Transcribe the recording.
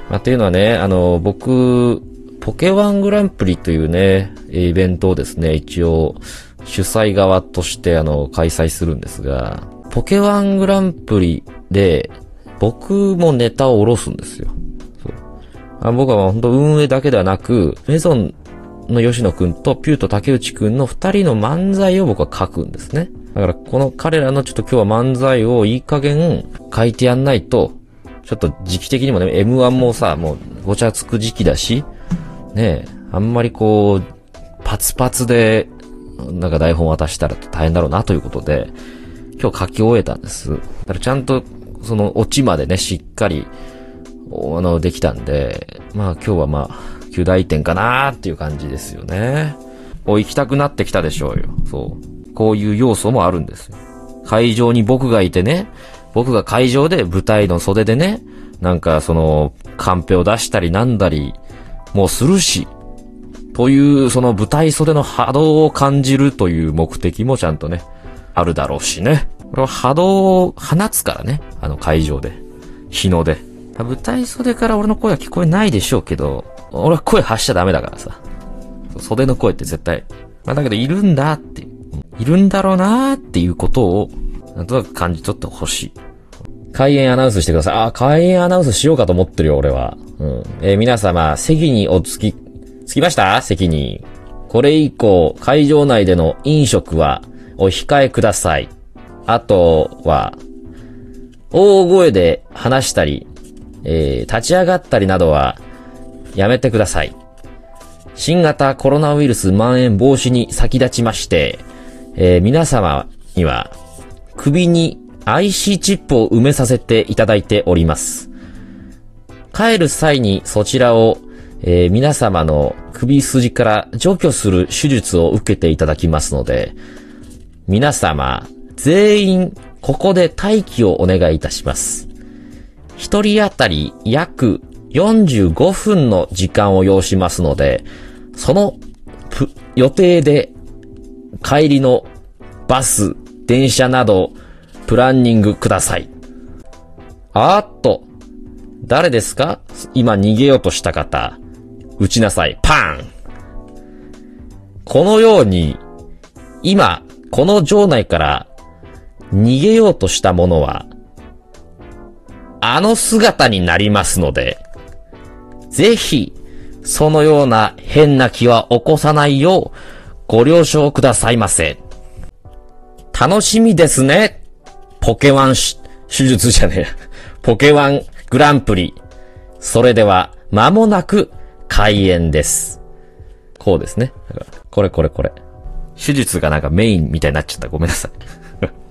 っていうのはね、僕、ポケワングランプリというね、イベントをですね、一応、主催側として開催するんですが、ポケワングランプリで、僕もネタを下ろすんですよ。僕は本当運営だけではなく、メゾンの吉野くんとピュート竹内くんの二人の漫才を僕は書くんですね。だからこの彼らのちょっと今日は漫才をいい加減書いてやんないと、ちょっと時期的にもね、M1 もさ、もうごちゃつく時期だし、ねえ、あんまりこう、パツパツで、なんか台本渡したら大変だろうなということで、今日書き終えたんです。だからちゃんと、そのオチまでね、しっかり、できたんで、今日は9大点かなーっていう感じですよね。行きたくなってきたでしょうよ。そう。こういう要素もあるんですよ。会場に僕がいてね、僕が会場で舞台の袖でね、なんかカンペを出したりなんだり、もうするし、というその舞台袖の波動を感じるという目的もちゃんとね、あるだろうしね。これは波動を放つからね、会場で。日の出。舞台袖から俺の声は聞こえないでしょうけど、俺は声発しちゃダメだからさ。袖の声って絶対。だけどいるんだって、いるんだろうなーっていうことを、なんとなく感じ取ってほしい。開演アナウンスしてください。開演アナウンスしようかと思ってるよ、俺は。皆様、席に着きました？席に。これ以降、会場内での飲食はお控えください。あとは、大声で話したり、立ち上がったりなどはやめてください。新型コロナウイルス蔓延防止に先立ちまして、皆様には首に IC チップを埋めさせていただいております。帰る際にそちらを、皆様の首筋から除去する手術を受けていただきますので、皆様全員ここで待機をお願いいたします。一人当たり約45分の時間を要しますので、その予定で帰りのバス、電車などプランニングください。誰ですか？今逃げようとした方、撃ちなさい。パン！このように、今、この場内から逃げようとした者は、姿になりますので、ぜひ、そのような変な気は起こさないよう、ご了承くださいませ。楽しみですね。ポケワン手術じゃねえ。ポケワングランプリ。それでは、間もなく開演です。こうですね。これ。手術がなんかメインみたいになっちゃった。ごめんなさい。